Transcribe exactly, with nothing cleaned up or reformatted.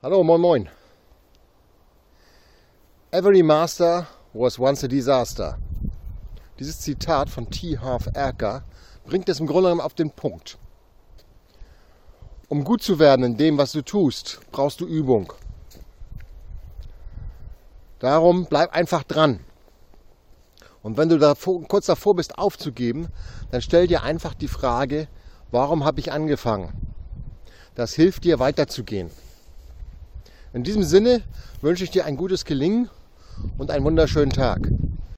Hallo, moin moin. Every master was once a disaster. Dieses Zitat von T. Harv Eker bringt es im Grunde genommen auf den Punkt. Um gut zu werden in dem, was du tust, brauchst du Übung. Darum bleib einfach dran. Und wenn du da kurz davor bist aufzugeben, dann stell dir einfach die Frage, warum habe ich angefangen? Das hilft dir weiterzugehen. In diesem Sinne wünsche ich dir ein gutes Gelingen und einen wunderschönen Tag.